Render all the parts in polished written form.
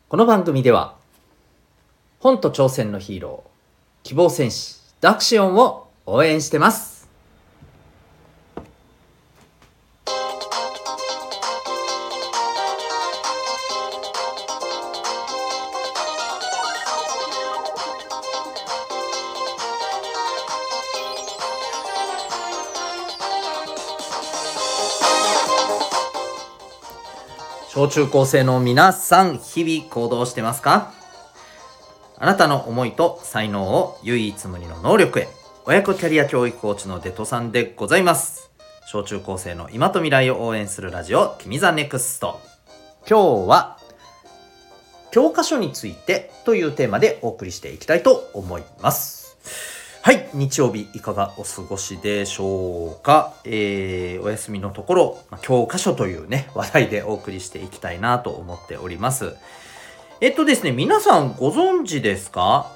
この番組では本と挑戦のヒーロー、希望戦士ダクシオンを応援してます。小中高生の皆さん、日々行動してますか？あなたの思いと才能を唯一無二の能力へ。親子キャリア教育コーチのデトさんでございます。小中高生の今と未来を応援するラジオ、君ザネクスト。今日は教科書についてというテーマでお送りしていきたいと思います。はい、日曜日いかがお過ごしでしょうか。お休みのところ、教科書というね話題でお送りしていきたいなと思っております。ですね、皆さんご存知ですか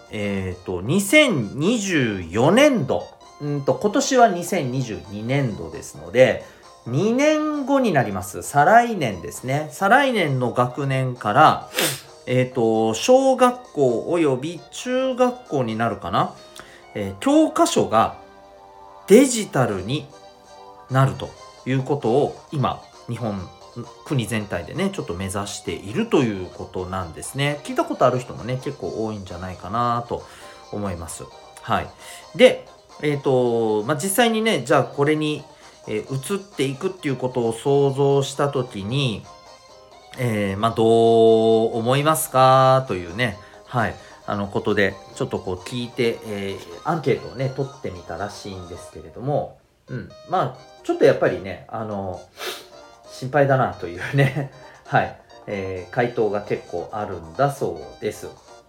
？2024年度、今年は2022年度ですので、2年後になります。再来年ですね。再来年の学年から、小学校および中学校になるかな、教科書がデジタルになるということを今、日本国全体でねちょっと目指しているということなんですね。聞いたことある人もね結構多いんじゃないかなと思います。はい。で、実際にねじゃあこれに、移っていくっていうことを想像したときに、どう思いますかというね、はい、ことでちょっとこう聞いて、アンケートをね取ってみたらしいんですけれども、ちょっとやっぱりね心配だなというねはい、回答が結構あるんだそうです。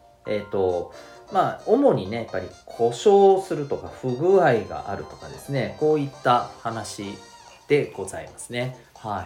主にねやっぱり故障するとか不具合があるとかですね、こういった話でございますね。はい。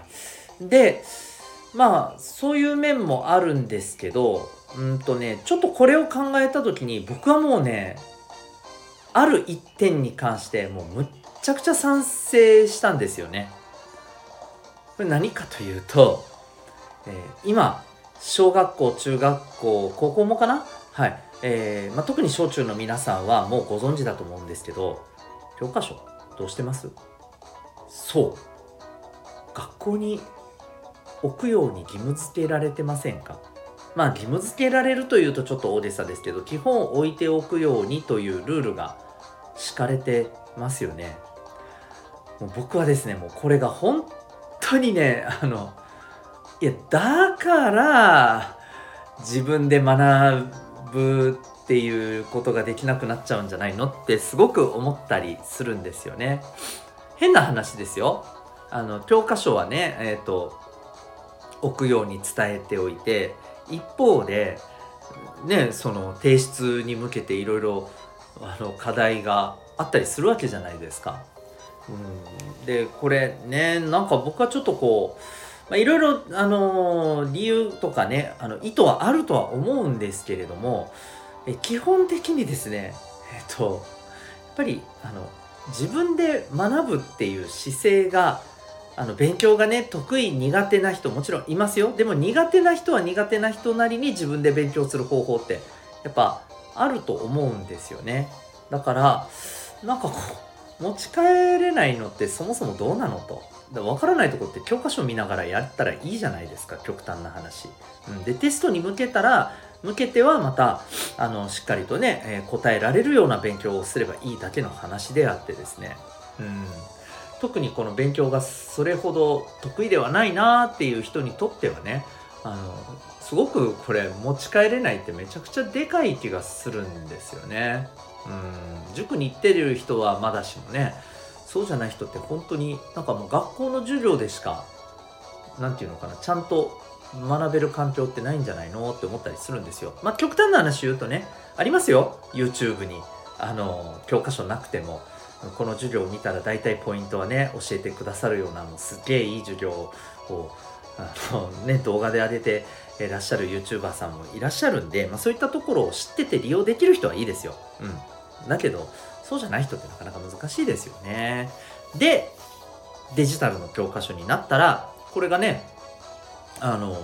で、そういう面もあるんですけど、ちょっとこれを考えた時に僕はもうね、ある一点に関してもうむっちゃくちゃ賛成したんですよね。これ何かというと、今小学校、中学校、高校もかな、はい、特に小中の皆さんはもうご存知だと思うんですけど、教科書どうしてます？そう、学校に置くように義務付けられてませんか？義務付けられるというとちょっと大げさですけど、基本置いておくようにというルールが敷かれてますよね。もう僕はですね、もうこれが本当にね、いや、だから自分で学ぶっていうことができなくなっちゃうんじゃないのってすごく思ったりするんですよね。変な話ですよ。教科書はね、置くように伝えておいて、一方でね、その提出に向けていろいろ課題があったりするわけじゃないですか。でこれね、なんか僕はちょっとこう、いろいろ理由とかね意図はあるとは思うんですけれども、基本的にですね、やっぱり自分で学ぶっていう姿勢が、勉強がね得意苦手な人もちろんいますよ。でも苦手な人は苦手な人なりに自分で勉強する方法ってやっぱあると思うんですよね。だからなんかこう持ち帰れないのってそもそもどうなのと。分からないところって教科書見ながらやったらいいじゃないですか、極端な話。でテストに向けてはまたしっかりとね、答えられるような勉強をすればいいだけの話であってですね、特にこの勉強がそれほど得意ではないなっていう人にとってはね、すごくこれ持ち帰れないってめちゃくちゃでかい気がするんですよね。塾に行ってる人はまだしもね、そうじゃない人って本当になんかもう学校の授業でしかなんていうのかな、ちゃんと学べる環境ってないんじゃないのって思ったりするんですよ。極端な話言うとね、ありますよ YouTube に教科書なくてもこの授業を見たら大体ポイントはね教えてくださるような、もうすっげえいい授業を動画で上げてらっしゃる YouTuber さんもいらっしゃるんで、そういったところを知ってて利用できる人はいいですよ。だけどそうじゃない人ってなかなか難しいですよね。でデジタルの教科書になったらこれがね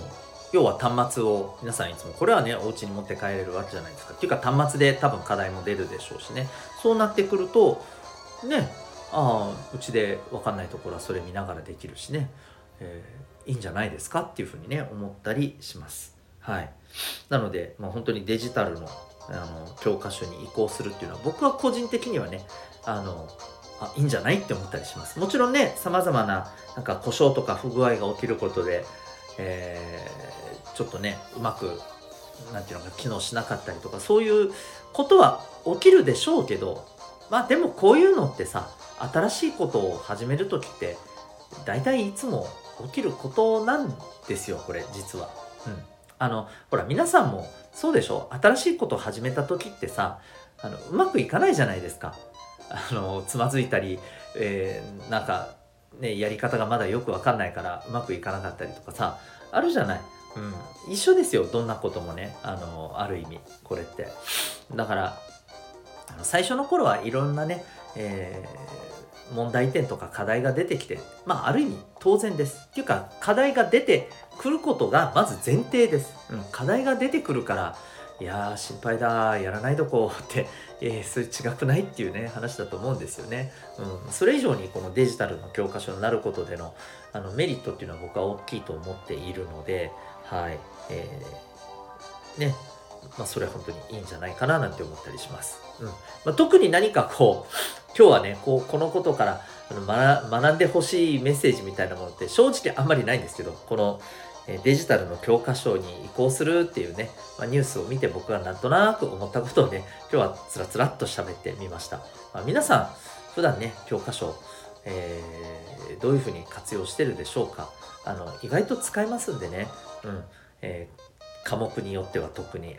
要は端末を皆さんいつもこれはねお家に持って帰れるわけじゃないですか。っていうか端末で多分課題も出るでしょうしね。そうなってくるとね、うちで分かんないところはそれ見ながらできるしね、いいんじゃないですかっていうふうにね思ったりします。はい。なので、本当にデジタルの教科書に移行するっていうのは僕は個人的にはねいいんじゃないって思ったりします。もちろんね、様々ななんか故障とか不具合が起きることで、ちょっとね、うまくなんていうのか機能しなかったりとか、そういうことは起きるでしょうけど、でもこういうのってさ、新しいことを始めるときって大体いつも起きることなんですよ、これ実は。ほら皆さんもそうでしょ。新しいことを始めた時ってさ、うまくいかないじゃないですか。つまずいたり、なんかねやり方がまだよくわかんないからうまくいかなかったりとかさ、あるじゃない。一緒ですよ、どんなこともね、ある意味これって。だから最初の頃はいろんなね、問題点とか課題が出てきて、ある意味当然です。っていうか、課題が出てくることがまず前提です。課題が出てくるから、いやー心配だ、やらないとこって、それ違くないっていうね、話だと思うんですよね。それ以上にこのデジタルの教科書になることでの、メリットっていうのは僕は大きいと思っているので、はい。ね。それは本当にいいんじゃないかななんて思ったりします。特に何かこう、今日はね、このことから学んでほしいメッセージみたいなものって正直あんまりないんですけど、このデジタルの教科書に移行するっていうね、ニュースを見て僕はなんとなく思ったことをね、今日はつらつらっと喋ってみました。皆さん、普段ね、教科書、どういうふうに活用してるでしょうか。意外と使えますんでね、科目によっては特に、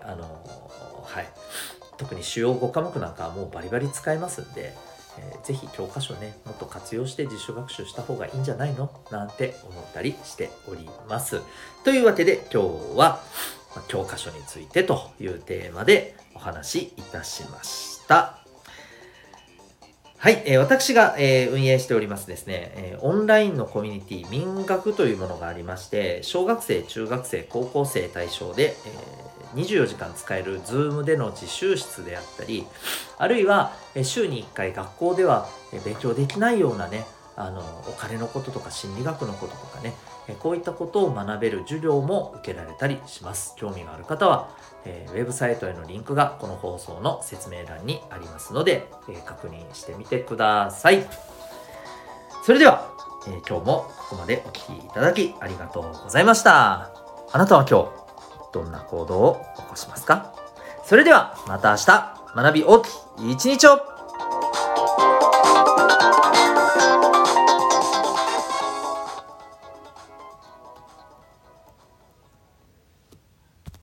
特に主要5科目なんかはもうバリバリ使えますんで、ぜひ教科書ね、もっと活用して自主学習した方がいいんじゃないのなんて思ったりしております。というわけで今日は教科書についてというテーマでお話しいたしました。はい、私が、運営しておりますですね、オンラインのコミュニティ民学というものがありまして、小学生、中学生、高校生対象で、24時間使える Zoom での自習室であったり、あるいは週に1回学校では勉強できないようなね、お金のこととか心理学のこととかね、こういったことを学べる授業も受けられたりします。興味がある方は、ウェブサイトへのリンクがこの放送の説明欄にありますので、確認してみてください。それでは、今日もここまでお聞きいただきありがとうございました。あなたは今日どんな行動を起こしますか？それではまた明日、学び大きい一日を。